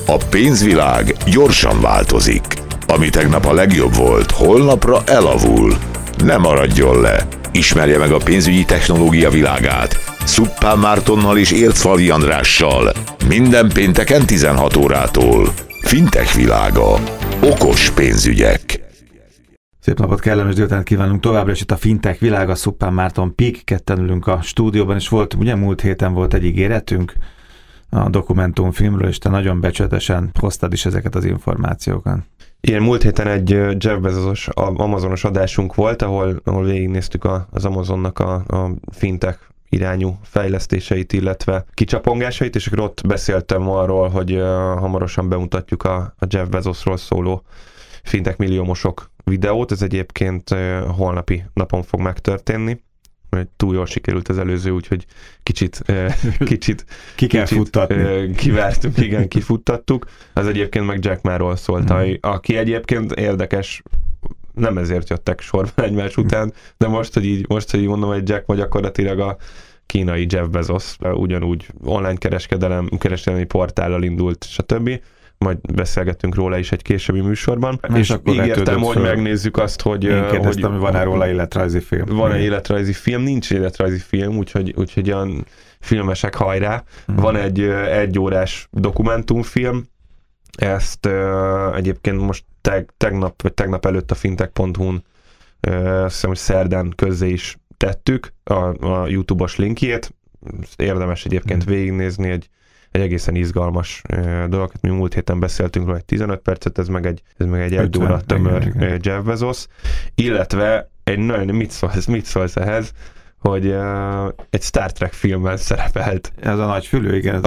A pénzvilág gyorsan változik. Ami tegnap a legjobb volt, holnapra elavul. Ne maradjon le! Ismerje meg a pénzügyi technológia világát. Szuppán Mártonnal és Ércfalvi Andrással. Minden pénteken 16 órától. Fintech világa. Okos pénzügyek. Szép napot, kellemes délután kívánunk továbbra is itt a Fintech világa, Szuppán Márton, Pik, ketten ülünk a stúdióban, és volt, ugye múlt héten volt egy ígéretünk a dokumentumfilmről, és te nagyon becsületesen hoztad is ezeket az információkat. Igen, múlt héten egy Jeff Bezos Amazonos adásunk volt, ahol végignéztük az Amazonnak a fintech irányú fejlesztéseit, illetve kicsapongásait, és akkor ott beszéltem arról, hogy hamarosan bemutatjuk a Jeff Bezosról szóló fintech milliómosok videót. Ez egyébként holnapi napon fog megtörténni. Túl jól sikerült az előző, úgyhogy kicsit kivártunk, igen, kifuttattuk. Az egyébként meg Jack Máról szólt, aki egyébként érdekes, nem ezért jöttek sorban egymás után, de most, hogy így mondom, hogy Jack ma gyakorlatilag a kínai Jeff Bezos, ugyanúgy online kereskedelmi portállal indult, stb. Majd beszélgettünk róla is egy későbbi műsorban. És ígértem, hogy megnézzük azt, hogy... Én kérdeztem, hogy van-e róla életrajzi film. Van-e életrajzi film? Nincs életrajzi film, úgyhogy olyan filmesek hajrá. Van egy órás dokumentumfilm. Ezt egyébként most tegnap előtt a fintech.hu-n azt hiszem, hogy szerdán közzé is tettük a YouTube-os linkjét. Érdemes egyébként végignézni, egy egészen izgalmas dolog. Mi múlt héten beszéltünk róla egy 15 percet, ez meg egy óra tömör Jeff Bezos, illetve mit szólsz ehhez, hogy egy Star Trek filmben szerepelt. Ez a nagy fülő, igen.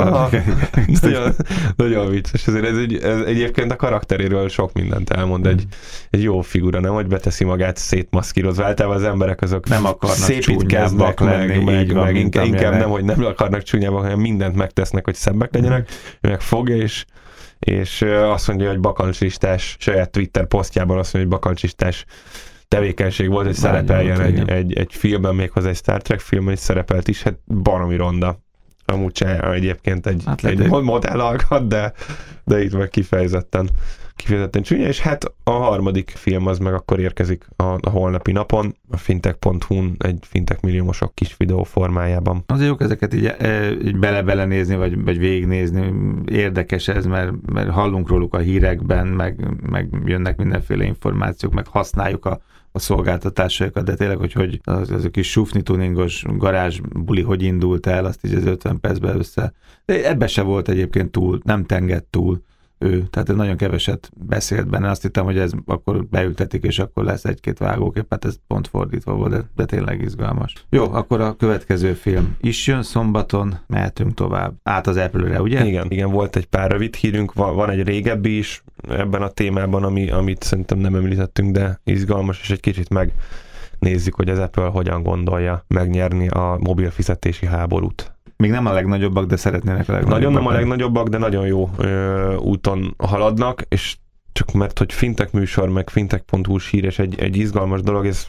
Nagyon vicces. Ez egyébként a karakteréről sok mindent elmond. Egy jó figura, nem? Hogy beteszi magát szétmaszkírozva. Általában az emberek azok nem akarnak szépítkeznek meg inkább nem, hogy nem akarnak csúnyábbak, hanem mindent megtesznek, hogy szebbek legyenek. Ő meg fogja, és azt mondja, hogy bakancslistás, saját Twitter posztjában azt mondja, hogy bakancslistás tevékenység volt, hogy szerepeljen egy filmben, méghozzá egy Star Trek filmben is szerepelt is, hát baromi ronda. Amúgy egyébként egy modell alkat, de itt meg kifejezetten csúnya, és hát a harmadik film az meg akkor érkezik a holnapi napon, a fintech.hu-n egy fintech milliómosok kis videó formájában. Azért jók ezeket így bele-belenézni, vagy végignézni, érdekes ez, mert hallunk róluk a hírekben, meg jönnek mindenféle információk, meg használjuk a szolgáltatásaikat, de tényleg, hogy az a kis sufni tuningos garázs buli hogy indult el, azt így az 50 percben össze. De ebbe se volt egyébként nem tengett túl ő, tehát nagyon keveset beszélt benne, azt hittem, hogy ez akkor beültetik, és akkor lesz egy-két vágókép, hát ez pont fordítva volt, de tényleg izgalmas. Jó, akkor a következő film is jön szombaton, mehetünk tovább. Át az Apple-re, ugye? Igen, volt egy pár rövid hírünk, van egy régebbi is ebben a témában, amit szerintem nem említettünk, de izgalmas, és egy kicsit megnézzük, hogy az Apple hogyan gondolja megnyerni a mobil fizetési háborút. Még nem a legnagyobbak, de szeretnének a legnagyobbak. Nagyon nem a legnagyobbak, de nagyon jó úton haladnak, és csak mert, hogy fintech műsor, meg fintech.hu-s hír, és egy izgalmas dolog, ez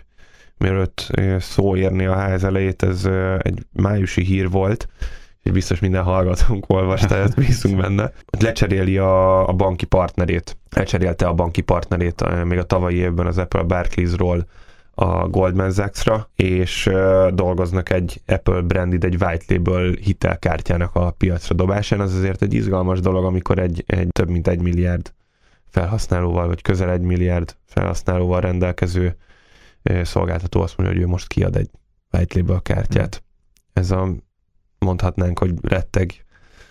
mielőtt szó érni a ház elejét, ez egy májusi hír volt, és biztos minden hallgatónk olvasta, ezt bízunk benne. Lecseréli a banki partnerét. Elcserélte a banki partnerét még a tavalyi évben az Apple Barclays-ról a Goldman Sachs-ra, és dolgoznak egy Apple branded, egy white label hitelkártyának a piacra dobásán. Az azért egy izgalmas dolog, amikor egy több mint 1 milliárd felhasználóval, vagy közel 1 milliárd felhasználóval rendelkező szolgáltató azt mondja, hogy ő most kiad egy white label kártyát. Ez mondhatnánk, hogy retteg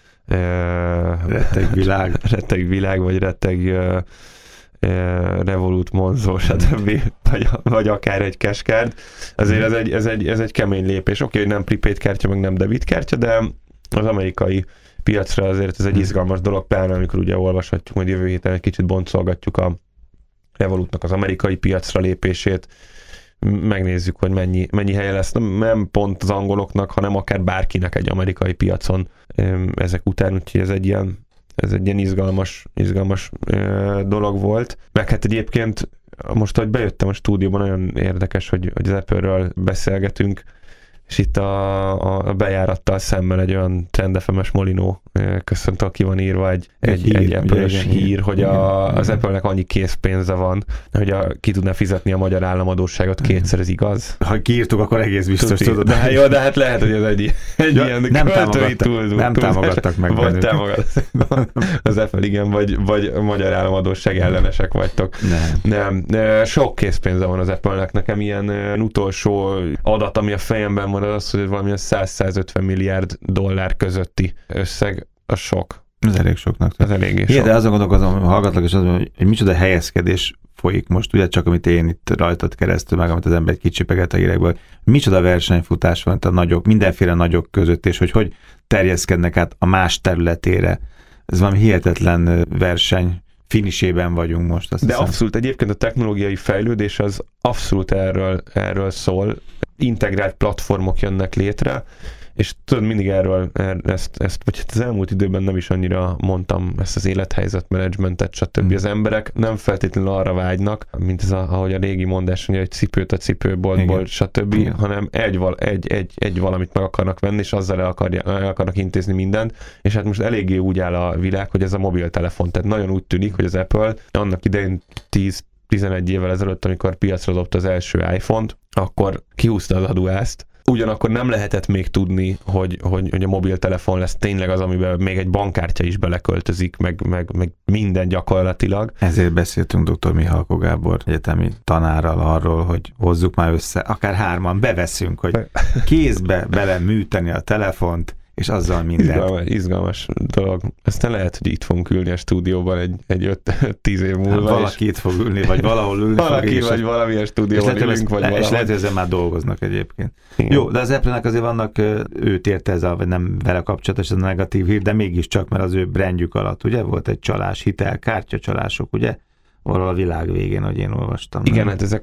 világ, vagy retteg Revolut, Monzo, stb. Vagy akár egy cashcard. Azért ez egy kemény lépés. Oké, hogy nem prepaid kártya, meg nem debit kártya, de az amerikai piacra azért ez egy izgalmas dolog, pláne amikor ugye olvashatjuk, majd jövő héten egy kicsit boncolgatjuk a Revolutnak az amerikai piacra lépését, megnézzük, hogy mennyi helye lesz, nem pont az angoloknak, hanem akár bárkinek egy amerikai piacon ezek után, úgyhogy ez egy ilyen izgalmas dolog volt. Meg hát egyébként most, hogy bejöttem a stúdióban, nagyon érdekes, hogy az Apple-ről beszélgetünk, és itt a bejárattal szemben egy olyan Trend FM-es molinó köszönt, aki van írva egy Apple-ös hír, hogy az Apple-nek annyi készpénze van, hogy ki tudná fizetni a magyar államadósságot kétszer, ez igaz? Ha kiírtuk, akkor egész biztos tudod. De jó, de hát lehet, hogy ez egy ilyen költői nem támogattak meg vagy az Apple, igen, vagy a magyar államadósság ellenesek vagytok. Nem. Sok készpénze van az Apple-nek. Nekem ilyen utolsó adat, ami a fejemben van, az, hogy valamilyen 100-150 milliárd dollár közötti összeg, az sok. Ez elég soknak. Ez eléggé sok. De azon gondolkozom, hallgatlak, és azon, hogy micsoda helyezkedés folyik most, ugye csak amit én itt rajtad keresztül, meg amit az ember kicsipeget a hírekből, micsoda versenyfutás van a nagyok, mindenféle nagyok között, és hogy terjeszkednek át a más területére. Ez valami hihetetlen verseny finisében vagyunk most. Azt hiszem. Abszolút, egyébként a technológiai fejlődés az abszolút erről szól. Integrált platformok jönnek létre, és tudod, mindig ezt vagy az elmúlt időben nem is annyira mondtam ezt az élethelyzetmenedzsmentet, stb. Az emberek nem feltétlenül arra vágynak, mint ahogy a régi mondás mondja, hogy cipőt a cipőboltból, stb., hanem egy valamit meg akarnak venni, és azzal el akarnak intézni mindent, és hát most eléggé úgy áll a világ, hogy ez a mobiltelefon. Tehát nagyon úgy tűnik, hogy az Apple annak idején 10-11 évvel ezelőtt, amikor piacra dobta az első iPhone-t, akkor kihúzta az aduászt. Ugyanakkor nem lehetett még tudni, hogy a mobiltelefon lesz tényleg az, amiben még egy bankkártya is beleköltözik, meg minden gyakorlatilag. Ezért beszéltünk dr. Mihalko Gábor egyetemi tanárral arról, hogy hozzuk már össze, akár hárman beveszünk, hogy kézbe beleműteni a telefont, és azzal minden. Izgalmas dolog. Aztán lehet, hogy itt fogunk ülni a stúdióban egy 5-10 év múlva. Hát valaki itt fog ülni, vagy valahol ülni valaki, vagy valamilyen stúdióban ülünk, vagy valahol. És lehet, hogy ezzel már dolgoznak egyébként. Igen. Jó, de az Apple-nek azért vannak, őt érte ez vagy nem vele kapcsolatos ez a negatív hír, de mégiscsak, mert az ő brandjük alatt, ugye, volt egy csalás, hitelkártyacsalások, ugye, valahol a világ végén, hogy én olvastam. Igen, nem? Hát ezek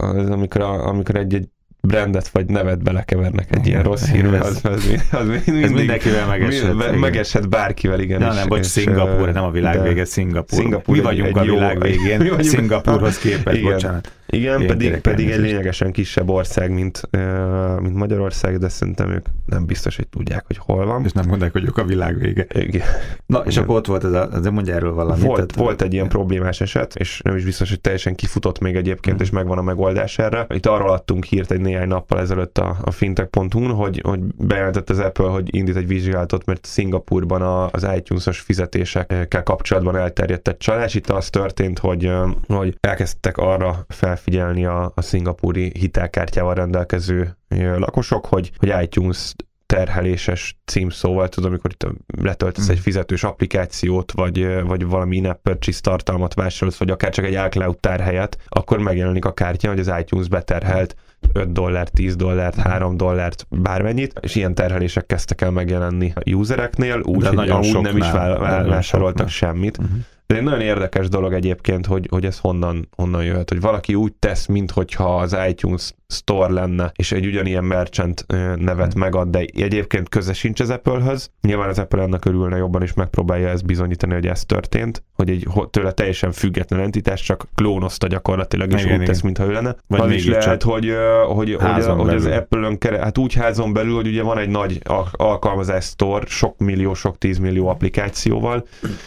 amikor egy brandet vagy nevet belekevernek egy ilyen rossz hírbe, az mindenkivel megeshet. Megeshet bárkivel, igen. Nem, bocs, Szingapúr, nem a világ vége, Szingapúr. Mi vagyunk a világ végén, Szingapúrhoz képest, bocsánat. Igen, pedig egy lényegesen kisebb ország, mint Magyarország, de szerintem ők nem biztos, hogy tudják, hogy hol van. És nem mondják, hogy ők a világ vége. Igen. Na, és akkor ott volt azért mondja erről valamit. Volt egy ilyen problémás eset, és nem is biztos, hogy teljesen kifutott még egyébként, és megvan a megoldás erre. Itt arról adtunk hírt egy néhány nappal ezelőtt a fintech.hu-n, hogy bejelentett az Apple, hogy indít egy vizsgálatot, mert Szingapúrban az iTunes-os fizetésekkel kapcsolatban elterjedt egy csalás. Itt az történt, hogy elkezdtek arra felfigyelni a szingapúri hitelkártyával rendelkező lakosok, hogy iTunes terheléses címszóval, tudod, amikor itt letöltesz egy fizetős applikációt, vagy valami in-app purchase tartalmat vásárolsz, vagy akár csak egy iCloud tárhelyet, akkor megjelenik a kártya, hogy az iTunes beterhelt $5, $10, $3, bármennyit, és ilyen terhelések kezdtek el megjelenni a usereknél, úgy, hogy amúgy nem is vásároltak semmit. De egy nagyon érdekes dolog egyébként, hogy ez honnan jöhet, hogy valaki úgy tesz, minthogyha az iTunes Store lenne, és egy ugyanilyen merchant nevet megad, de egyébként köze sincs az Apple-höz. Nyilván az Apple ennek örülne jobban, és megpróbálja ezt bizonyítani, hogy ez történt, hogy egy tőle teljesen független entitás csak klónozta gyakorlatilag, és úgy tesz, mintha ő lenne. Vagy az is lehet, hogy az Apple-ön hát úgy házon belül, hogy ugye van egy nagy alkalmazás store, sok millió, sok 10 millió applikációval,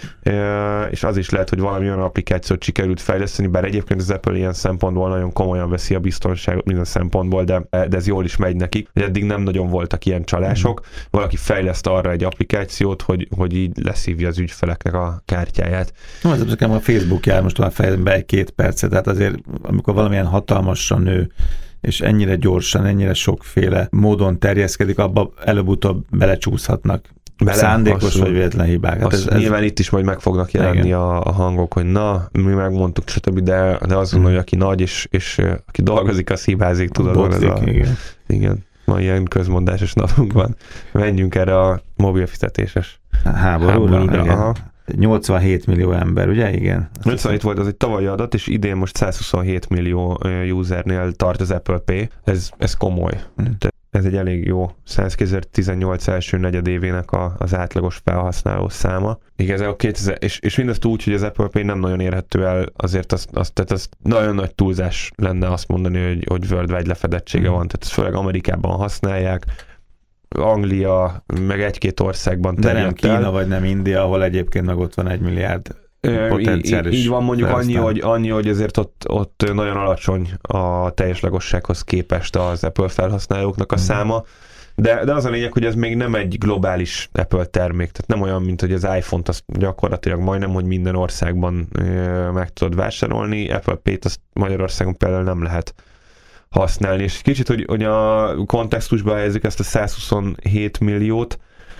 és az is lehet, hogy valami olyan applikációt sikerült fejleszteni, bár egyébként az Apple ilyen szempontból nagyon komolyan veszi a biztonságot minden szempontból, de ez jól is megy nekik. Eddig nem nagyon voltak ilyen csalások. Valaki fejleszt arra egy applikációt, hogy így leszívja az ügyfeleknek a kártyáját. No, ez a Facebook jár most már fejleszteni be 2 percet, tehát azért amikor valamilyen hatalmasan nő, és ennyire gyorsan, ennyire sokféle módon terjeszkedik, abba előbb-utóbb belecsúszhatnak. Szándékos vagy véletlen hibák. Hát nyilván itt is majd meg fognak jelenni a hangok, hogy na, mi megmondtuk, stb., de azt mondom, hogy aki nagy, és aki dolgozik, az hibázik, tudod. Botzik, igen. Ma ilyen közmondásos napunk van. Menjünk erre a mobilfizetéses háborúra. 87 millió ember, ugye? Igen. 87 volt, az egy tavalyi adat, és idén most 127 millió usernél tart az Apple Pay. Ez komoly. ez egy elég jó 2018 első negyedévének az átlagos felhasználó száma. Igazából 2000, és mindezt úgy, hogy az Apple Pay nem nagyon érhető el, azért az nagyon nagy túlzás lenne azt mondani, hogy worldwide lefedettsége van, tehát ezt főleg Amerikában használják, Anglia, meg egy-két országban terjedt. De nem Kína, vagy nem India, ahol egyébként meg ott van 1 milliárd potenciális. Így van, mondjuk annyi, hogy azért ott nagyon alacsony a teljes lakossághoz képest az Apple felhasználóknak a száma, de az a lényeg, hogy ez még nem egy globális Apple termék, tehát nem olyan, mint hogy az iPhone-t azt gyakorlatilag majdnem, hogy minden országban meg tudod vásárolni, Apple Pay-t azt Magyarországon például nem lehet használni, és kicsit, hogy a kontextusba helyezzük ezt a 127 milliót,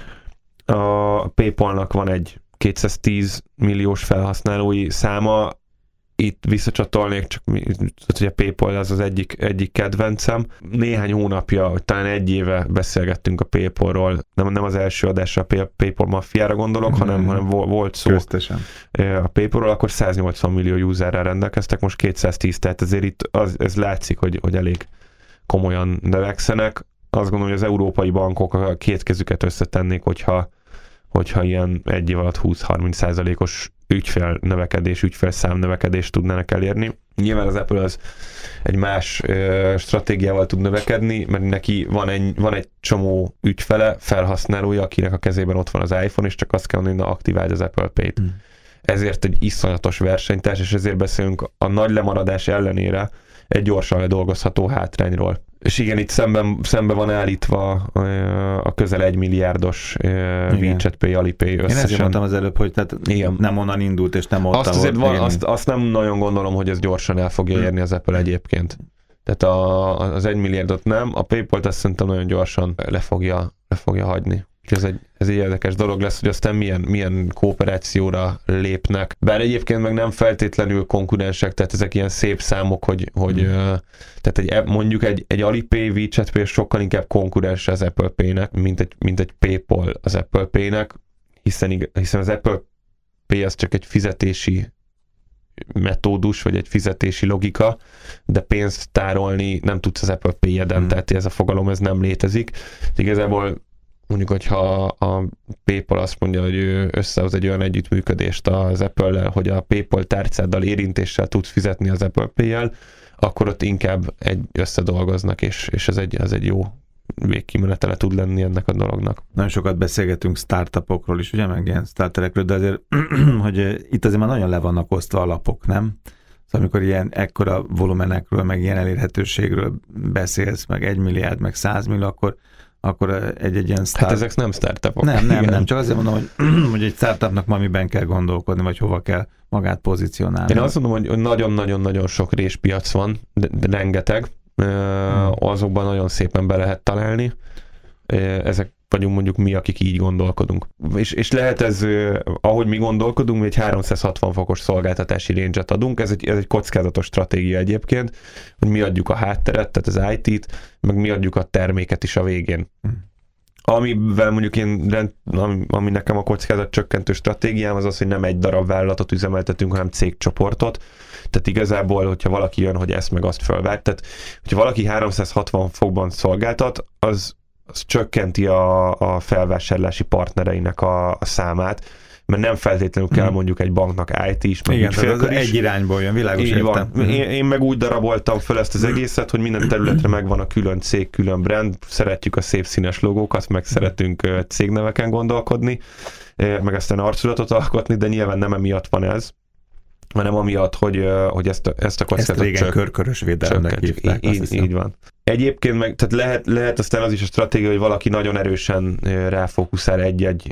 a PayPal-nak van egy 210 milliós felhasználói száma, itt visszacsatolnék, csak hogy a PayPal az egyik kedvencem. Néhány hónapja, vagy talán egy éve beszélgettünk a PayPalról, nem az első adásra a PayPal maffiára gondolok, hanem volt szó köztesen a PayPalról, akkor 180 millió userrel rendelkeztek, most 210, tehát ezért itt ez látszik, hogy elég komolyan növekszenek. Azt gondolom, hogy az európai bankok a két kezüket összetennék, hogyha ilyen egy év alatt 20-30%-os ügyfélszám növekedést tudnának elérni. Nyilván az Apple az egy más stratégiával tud növekedni, mert neki van egy csomó ügyfele, felhasználója, akinek a kezében ott van az iPhone, és csak azt kell mondani, hogy aktiváld az Apple Pay-t. Ezért egy iszonyatos versenytárs, és ezért beszélünk a nagy lemaradás ellenére egy gyorsan ledolgozható hátrányról. És igen, itt szembe van állítva a közel 1 milliárdos WeChat Pay, Alipay összesen. Én ezt mondtam az előbb, hogy tehát nem onnan indult, és nem ott azt nem nagyon gondolom, hogy ez gyorsan el fogja érni az Apple egyébként. Tehát az 1 milliárdot nem, a PayPal-t azt szerintem nagyon gyorsan le fogja hagyni. Ez egy érdekes dolog lesz, hogy aztán milyen kooperációra lépnek. Bár egyébként meg nem feltétlenül konkurensek, tehát ezek ilyen szép számok, hogy tehát mondjuk egy Alipay, WeChat Pay sokkal inkább konkurens az Apple Pay-nek, mint egy PayPal az Apple Pay-nek, hiszen az Apple Pay az csak egy fizetési metódus, vagy egy fizetési logika, de pénzt tárolni nem tudsz az Apple Pay-eden, tehát ez a fogalom ez nem létezik. Igazából mondjuk, hogyha a PayPal azt mondja, hogy ő összehoz egy olyan együttműködést az Apple-lel, hogy a PayPal tárcáddal érintéssel tudsz fizetni az Apple Pay-jel, akkor ott inkább összedolgoznak, és ez egy jó végkimenetele tud lenni ennek a dolognak. Nagyon sokat beszélgetünk startupokról is, ugye, meg ilyen starterekről, de azért, hogy itt azért már nagyon le vannak osztva a lapok, nem? Szóval amikor ilyen ekkora volumenekről, meg ilyen elérhetőségről beszélsz, meg 1 milliárd, meg 100 millió, akkor egy ilyen Hát ezek nem startupok. Nem, csak azért mondom, hogy egy startupnak ma miben kell gondolkodni, vagy hova kell magát pozícionálni. Én azt mondom, hogy nagyon-nagyon-nagyon sok réspiac van, de rengeteg. Azokban nagyon szépen be lehet találni. Ezek vagyunk mondjuk mi, akik így gondolkodunk. És lehet ez, ahogy mi gondolkodunk, mi egy 360 fokos szolgáltatási range-et adunk, ez egy kockázatos stratégia egyébként, hogy mi adjuk a hátteret, tehát az IT-t, meg mi adjuk a terméket is a végén. Amivel mondjuk ami nekem a kockázat csökkentő stratégiám, az, hogy nem egy darab vállalatot üzemeltetünk, hanem cégcsoportot. Tehát igazából, hogyha valaki jön, hogy ezt meg azt fölvált, tehát hogyha valaki 360 fokban szolgáltat, az csökkenti a felvásárlási partnereinek a számát, mert nem feltétlenül kell mondjuk egy banknak IT is, meg ügyfélkör is. Egy irányból jön, világos értem. Én meg úgy daraboltam föl ezt az egészet, hogy minden területre megvan a külön cég, külön brand, szeretjük a szép színes logókat, meg szeretünk cégneveken gondolkodni, meg aztán arculatot alkotni, de nyilván nem emiatt van ez, hanem amiatt, hogy ezt a kockázatot ezt régen körkörös védelemnek hívták. Így van. Egyébként meg, tehát lehet aztán az is a stratégia, hogy valaki nagyon erősen ráfókuszál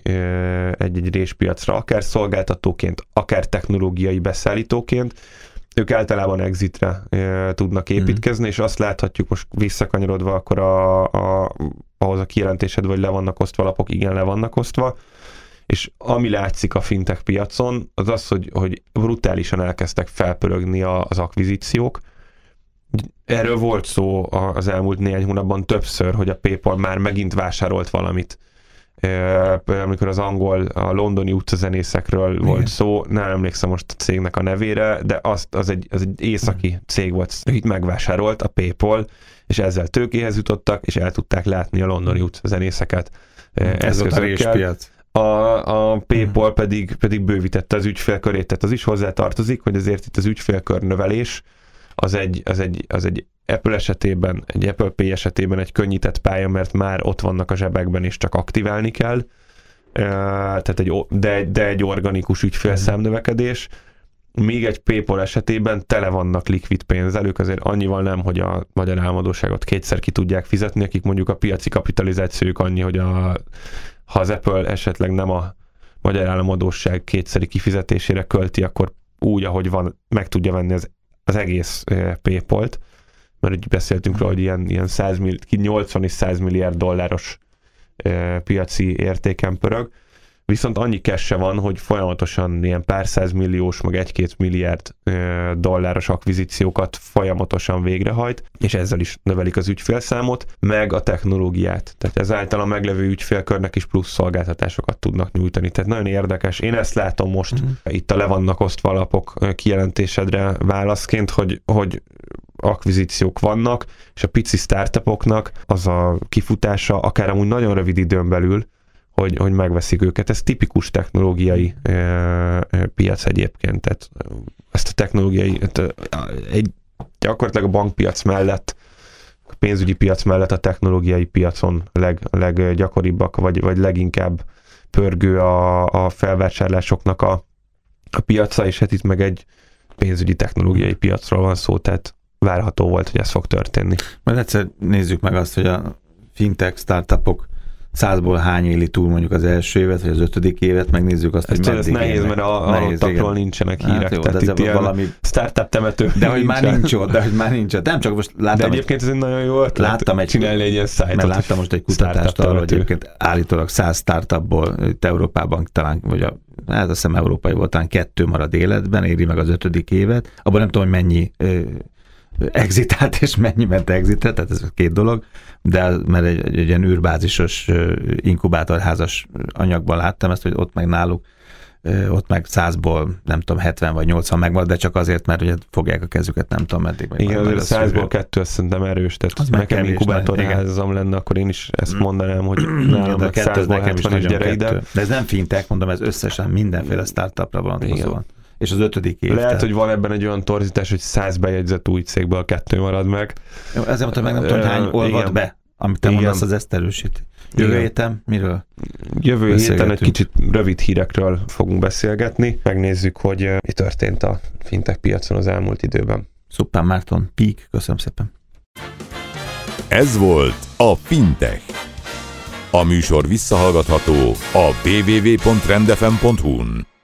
egy réspiacra, akár szolgáltatóként, akár technológiai beszállítóként. Ők általában exitre tudnak építkezni, és azt láthatjuk most visszakanyarodva akkor ahhoz a kijelentésedbe, hogy le vannak osztva lapok, igen, le vannak osztva. És ami látszik a fintech piacon, az az, hogy brutálisan elkezdtek felpörögni az akvizíciók. Erről volt szó az elmúlt néhány hónapban többször, hogy a PayPal már megint vásárolt valamit amikor az a londoni utcazenészekről volt szó, nem emlékszem most a cégnek a nevére, de az egy északi cég volt, itt megvásárolt a PayPal, és ezzel tőkéhez jutottak, és el tudták látni a londoni utcazenészeket eszközökkel. A PayPal pedig bővítette az ügyfélkörét, tehát az is hozzátartozik, hogy azért itt az ügyfélkör növelés az egy Apple esetében, egy Apple Pay esetében egy könnyített pálya, mert már ott vannak a zsebekben, és csak aktiválni kell, de egy organikus ügyfélszámnövekedés. Még egy PayPal esetében tele vannak likvid pénzzel, ők azért annyival nem, hogy a magyar államadósságot kétszer ki tudják fizetni, akik mondjuk a piaci kapitalizációjuk annyi, hogy ha az Apple esetleg nem a magyar államadósság kétszeri kifizetésére költi, akkor úgy, ahogy van, meg tudja venni az egész PayPal-t, mert úgy beszéltünk róla, hogy ilyen 80 és 100 milliárd dolláros piaci értéken pörög, viszont annyi cash van, hogy folyamatosan ilyen pár százmilliós, meg 1-2 milliárd dolláros akvizíciókat folyamatosan végrehajt, és ezzel is növelik az ügyfélszámot, meg a technológiát. Tehát ezáltal a meglevő ügyfélkörnek is plusz szolgáltatásokat tudnak nyújtani. Tehát nagyon érdekes. Én ezt látom most itt a le vannak osztva alapok kijelentésedre válaszként, hogy akvizíciók vannak, és a pici startupoknak az a kifutása akár amúgy nagyon rövid időn belül, hogy megveszik őket. Ez tipikus technológiai piac egyébként. Tehát ezt a technológiai, gyakorlatilag a bankpiac mellett, a pénzügyi piac mellett a technológiai piacon leggyakoribbak, vagy leginkább pörgő a felvásárlásoknak a piaca, és hát itt meg egy pénzügyi technológiai piacról van szó, tehát várható volt, hogy ez fog történni. Majd egyszer nézzük meg azt, hogy a fintech startupok 100-ból hány éli túl mondjuk az első évet, vagy az 5. évet, megnézzük azt, hogy meddig. Ez nehéz, mert a halottakról nincsenek hírek. Hát jó, tehát itt valami startup temető. De hogy már nincs ott, Nem csak most láttam. De egyébként ez egy nagyon jó ötlet. Csinálni egy ilyen szájtot. Mert láttam most egy kutatást arról, hogy egyébként állítólag 100 startupból itt Európában talán, vagy azt hiszem európai volt, talán 2 marad életben, éri meg az 5. évet. Abban nem tudom, hogy mennyi exitált és mennyi ment exitált, tehát ez 2 dolog, de mert egy ilyen űrbázisos inkubátorházas anyagban láttam ezt, hogy ott meg náluk, ott meg 100-ból nem tudom, 70 vagy 80 megmarad, de csak azért, mert ugye fogják a kezüket, nem tudom meddig. Igen, 100-ból 2 azt szerintem erős, tehát az nekem inkubátorházam lenne, akkor én is ezt mondanám, hogy nálam meg 100-ból 70 gyere ide. De ez nem fintech, mondom, ez összesen mindenféle startupra vonatkozóan. És az 5. év. Lehet, hogy van ebben egy olyan torzítás, hogy 100 bejegyzett új cégből 2 marad meg. Jó, ezért mondtam, meg nem tudom, hány olvad be, amit te mondasz, az ezt erősíti. Jövő héten miről? Jövő héten egy kicsit rövid hírekről fogunk beszélgetni. Megnézzük, hogy mi történt a fintech piacon az elmúlt időben. Szuppán Márton, Peak, köszönöm szépen. Ez volt a Fintech. A műsor visszahallgatható a www.trendfm.hu-n.